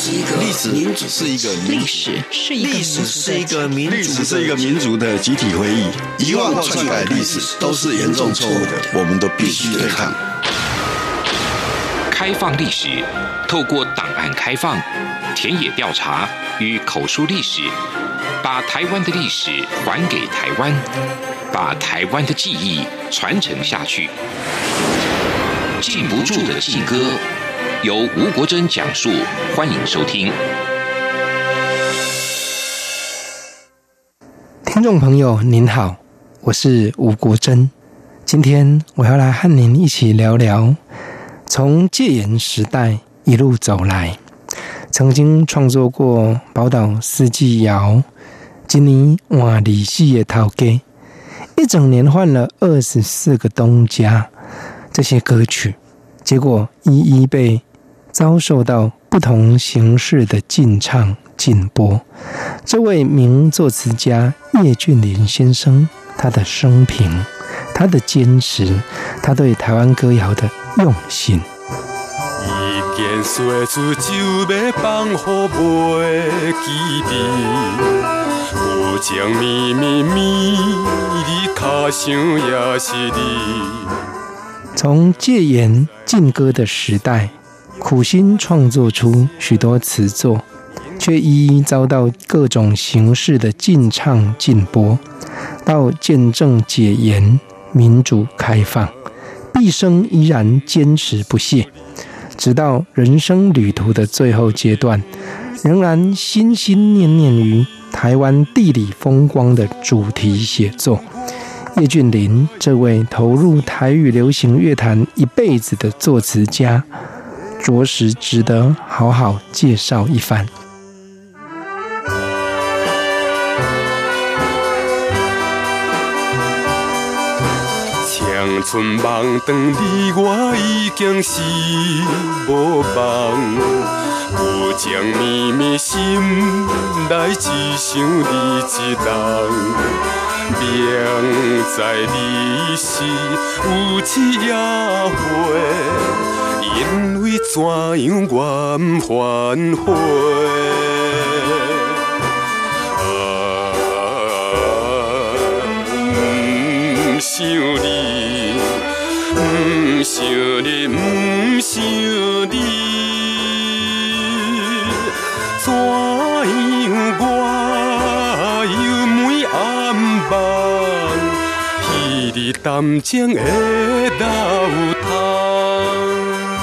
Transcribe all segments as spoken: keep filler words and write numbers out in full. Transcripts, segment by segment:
是一个历史，民主是一个历史是一个历史是一个民历史是一个民族的集体回忆， 遗忘或篡改历史都是严重错误的，我们都必须对抗。 开放历史，透过档案开放、田野调查与口述历史，把台湾的历史还给台湾，把台湾的记忆传承下去。禁不住的禁歌，由吴国珍讲述，欢迎收听。 听众朋友您好，我是吴国珍，今天我要来和您一起聊聊从戒严时代一路走来，曾经创作过宝岛四季谣、今年换二四的头家，一整年换了二十四个东家，这些歌曲结果一一被遭受到不同形式的禁唱禁播。这位名作词家叶俊麟先生，他的生平，他的坚持，他对台湾歌谣的用心。 一件细事就要放乎袂记得，有情绵绵绵，你卡想也是你。 从戒严禁歌的时代，苦心创作出许多词作，却一一遭到各种形式的禁唱禁播，到见证解严、民主开放，毕生依然坚持不懈，直到人生旅途的最后阶段，仍然心心念念于台湾地理风光的主题写作。叶俊麟这位投入台语流行乐坛一辈子的作词家，着实值得好好介绍一番。 青春梦断你我已经是无望，有情绵绵心内只想你一人。明知你是有痴也会，因为怎样我不反悔？啊，不想你，不想你，不想你，怎样我又每暗暝彼日淡情的流淌。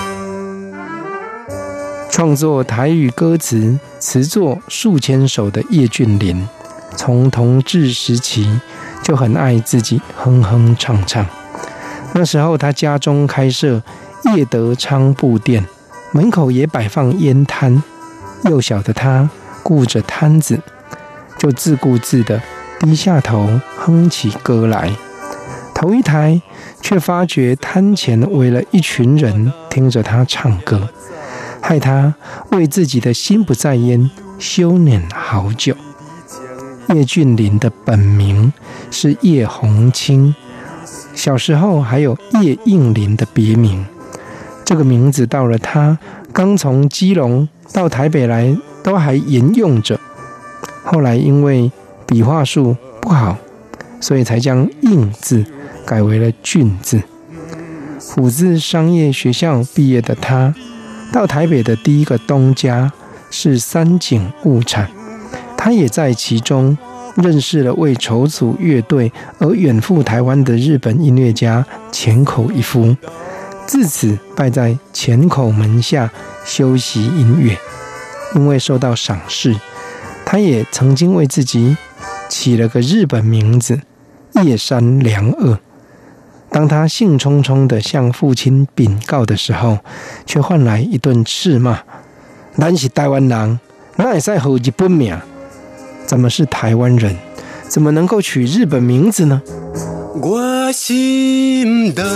创作台语歌词词作数千首的叶俊麟，从同志时期就很爱自己哼哼唱唱。那时候他家中开设叶德昌布店，门口也摆放烟摊，幼小的他顾着摊子，就自顾自地低下头哼起歌来。头一抬，却发觉摊前围了一群人听着他唱歌，害他为自己的心不在焉羞赧好久。叶俊麟的本名是叶鸿清，小时候还有叶应麟的别名。这个名字到了他刚从基隆到台北来都还沿用着，后来因为笔画数不好，所以才将应字改为了俊字。辅字商业学校毕业的他，到台北的第一个东家是三井物产，他也在其中认识了为筹组乐队而远赴台湾的日本音乐家浅口一夫，自此拜在浅口门下修习音乐。因为受到赏识，他也曾经为自己起了个日本名字叶山良二。当他兴冲冲地向父亲禀告的时候，却换来一顿斥骂：咱是台湾人，哪会使号日本名？怎么是台湾人？怎么能够取日本名字呢？ 我心内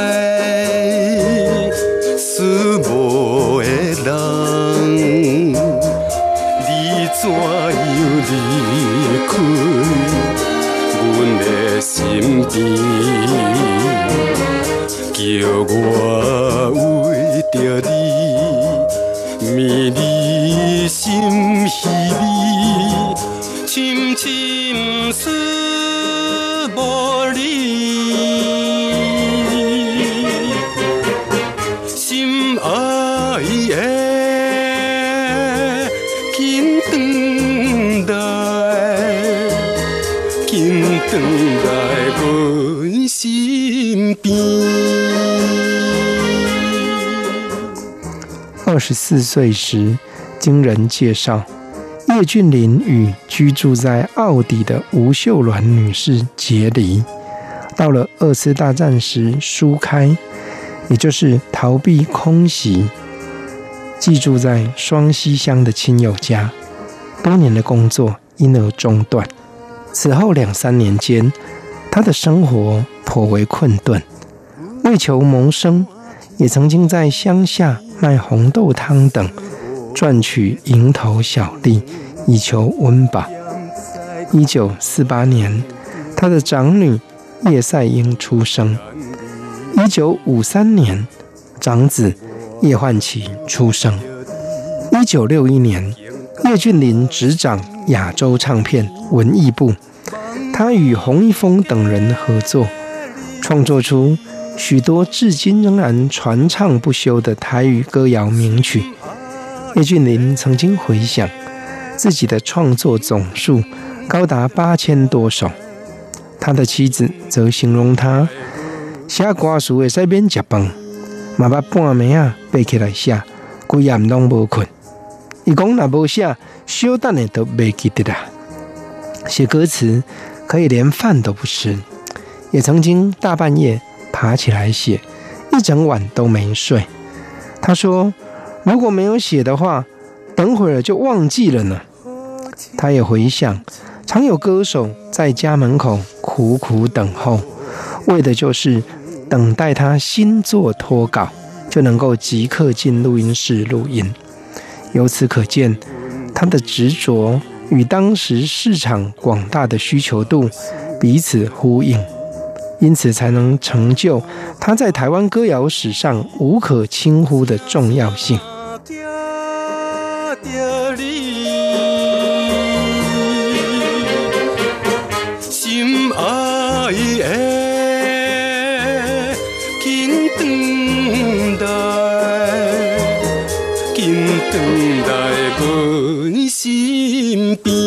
思无的人，你怎样离开阮的心田？叫我为着你，迷离的心稀微，深深思无离，心爱的紧转来，紧转来阮身边。 二十四岁时，经人介绍，叶俊麟与居住在奥底的吴秀鸾女士结离。到了二次大战时疏开，也就是逃避空袭，寄住在双溪乡的亲友家。多年的工作因而中断。此后两三年间，他的生活颇为困顿，为求谋生，也曾经在乡下卖红豆汤等，赚取蝇头小利，以求温饱。一九四八年，他的长女叶赛英出生。一九五三年，长子叶焕琪出生。一九六一年，叶俊麟执掌亚洲唱片文艺部，他与洪一峰等人合作，创作出许多至今仍然传唱不休的台语歌谣名曲。叶俊麟曾经回想，自己的创作总数高达八千多首。他的妻子则形容他写歌词会使免吃饭，嘛捌半暝啊爬起来写，规夜拢无困。伊讲若无写，小等下都袂记得啦。写歌词可以连饭都不吃，也曾经大半夜爬起来写，一整晚都没睡。他说，如果没有写的话，等会儿就忘记了呢。他也回想，常有歌手在家门口苦苦等候，为的就是等待他新作脱稿，就能够即刻进录音室录音。由此可见，他的执着与当时市场广大的需求度彼此呼应，因此才能成就他在台湾歌谣史上无可轻忽的重要性。 心爱的紧转来，紧转来阮身边。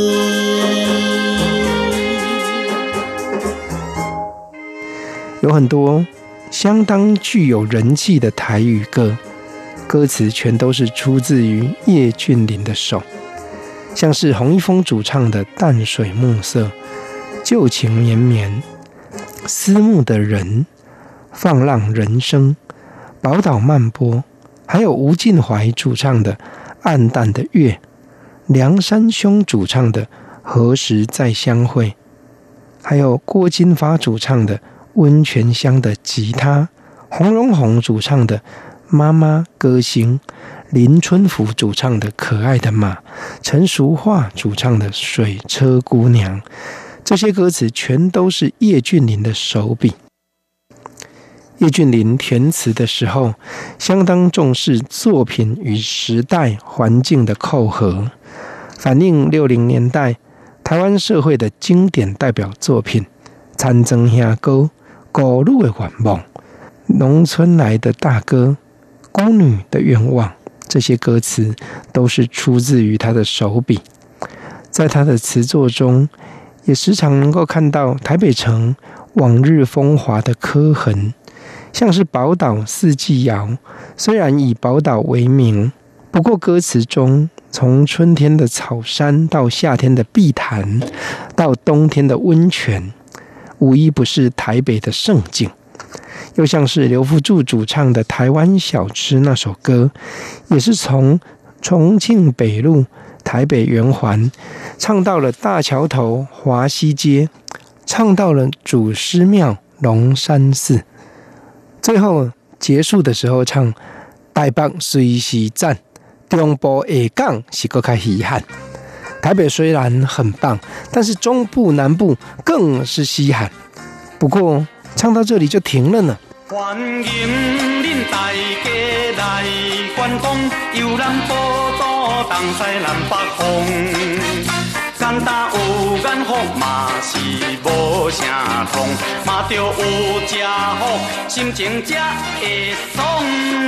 有很多相当具有人气的台语歌，歌词全都是出自于叶俊麟的手，像是洪一峰主唱的《淡水暮色》、《旧情绵绵》、《思慕的人》、《放浪人生》、《宝岛漫波》，还有吴晋怀主唱的《暗淡的月》、梁山兄主唱的《何时再相会》，还有郭金发主唱的《温泉乡的吉他》，洪荣宏主唱的《妈妈歌星》，林春福主唱的《可爱的马》，陈淑桦主唱的《水车姑娘》，这些歌词全都是叶俊麟的手笔。叶俊麟填词的时候，相当重视作品与时代环境的扣合，反映六零年代台湾社会的经典代表作品《田庄兄歌》、《孤女的愿望》、《农村来的大哥》、《孤女的愿望》，这些歌词都是出自于他的手笔。在他的词作中，也时常能够看到台北城往日风华的刻痕，像是宝岛四季谣，虽然以宝岛为名，不过歌词中从春天的草山到夏天的碧潭，到冬天的温泉，无一不是台北的盛景。又像是刘福助主唱的《台湾小吃》那首歌，也是从重庆北路、台北圆环唱到了大桥头华西街，唱到了祖师庙龙山寺，最后结束的时候唱台北虽是赞，中部下港是更较稀罕。台北虽然很棒，但是中部南部更是稀罕。不过唱到这里就停了呢。 欢迎恁大家来关公，游南宝岛，东西南北风。简单有眼福，嘛是无啥痛，嘛着有食福，心情才会爽。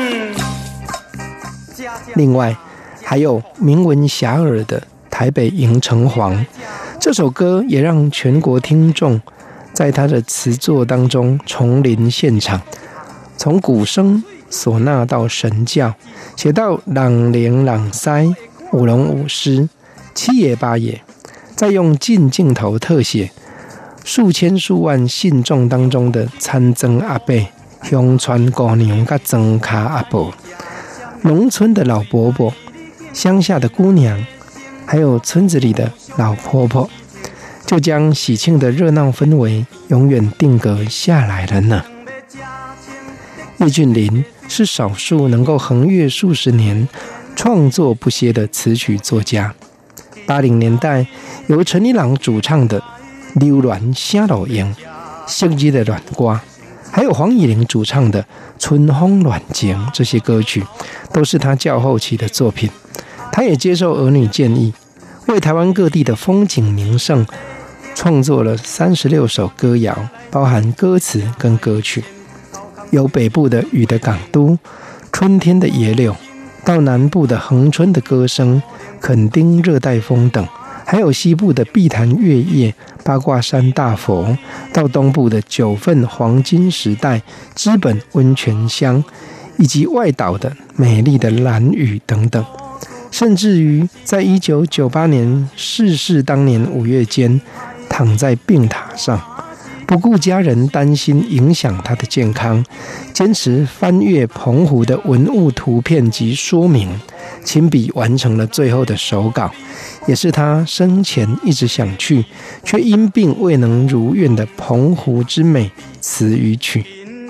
另外，还有名闻遐迩的《台北迎城隍》，这首歌也让全国听众在他的词作当中重临现场，从鼓声、唢呐到神教，写到朗铃朗塞、舞龙舞狮、七爷八爷，再用近镜头特写数千数万信众当中的参僧阿伯、乡村姑娘跟庄脚阿伯，农村的老伯伯、乡下的姑娘，还有村子里的老婆婆，就将喜庆的热闹氛围永远定格下来了呢。叶俊麟是少数能够横越数十年创作不歇的词曲作家。八零年代由陈一郎主唱的《流鸾声路用》、《昔日的恋歌》，还有黄乙玲主唱的《春风暖情》，这些歌曲都是他较后期的作品。他也接受儿女建议，为台湾各地的风景名胜创作了三十六首歌谣，包含歌词跟歌曲。由北部的雨的港都、春天的野柳，到南部的恒春的歌声、垦丁热带风等，还有西部的碧潭月夜、八卦山大佛，到东部的九份黄金时代、知本温泉乡，以及外岛的美丽的兰屿等等。甚至于在一九九八年逝世当年五月间，躺在病榻上，不顾家人担心影响他的健康，坚持翻阅澎湖的文物图片及说明，亲笔完成了最后的手稿，也是他生前一直想去却因病未能如愿的澎湖之美词与曲。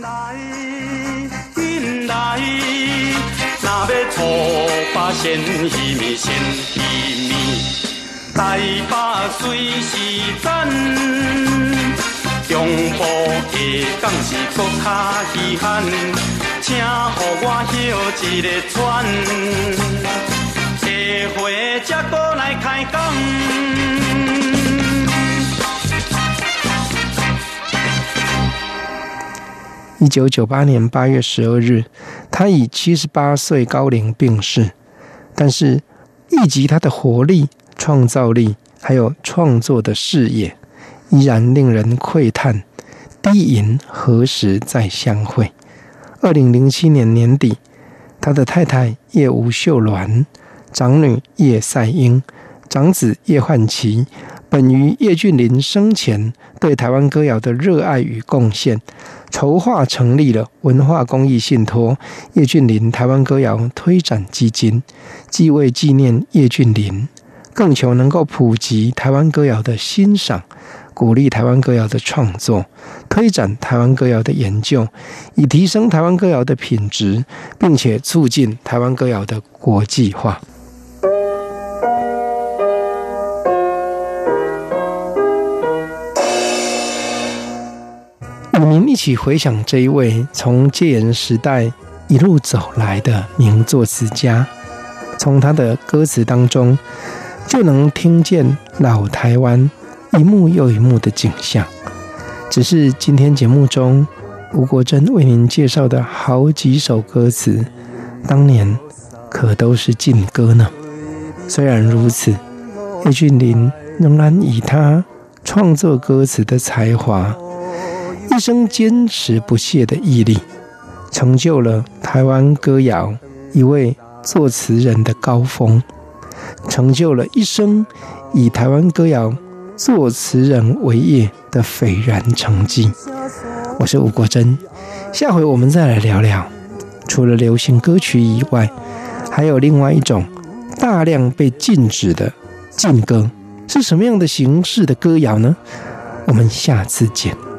把鲜鱼面鲜鱼面，台北随时赞，中部的港是搁较稀罕，请予我摇一个船，下回才搁来开讲。 一九九八年八月十二日，他以七十八岁高龄病逝。但是，以及他的活力、创造力，还有创作的视野，依然令人喟叹。低吟何时再相会？二零零七年年底，他的太太叶吴秀鸾、长女叶赛英、长子叶焕琪，本于叶俊麟生前对台湾歌谣的热爱与贡献，筹划成立了文化公益信托叶俊麟台湾歌谣推展基金，既为纪念叶俊麟，更求能够普及台湾歌谣的欣赏，鼓励台湾歌谣的创作，推展台湾歌谣的研究，以提升台湾歌谣的品质，并且促进台湾歌谣的国际化。与您一起回想这一位从戒严时代一路走来的名作词家，从他的歌词当中就能听见老台湾一幕又一幕的景象。只是今天节目中吴国珍为您介绍的好几首歌词，当年可都是禁歌呢。虽然如此，叶俊麟仍然以他创作歌词的才华，一生坚持不懈的毅力，成就了台湾歌谣一位作词人的高峰，成就了一生以台湾歌谣作词人为业的斐然成绩。我是吴国珍，下回我们再来聊聊，除了流行歌曲以外，还有另外一种大量被禁止的禁歌，是什么样的形式的歌谣呢？我们下次见。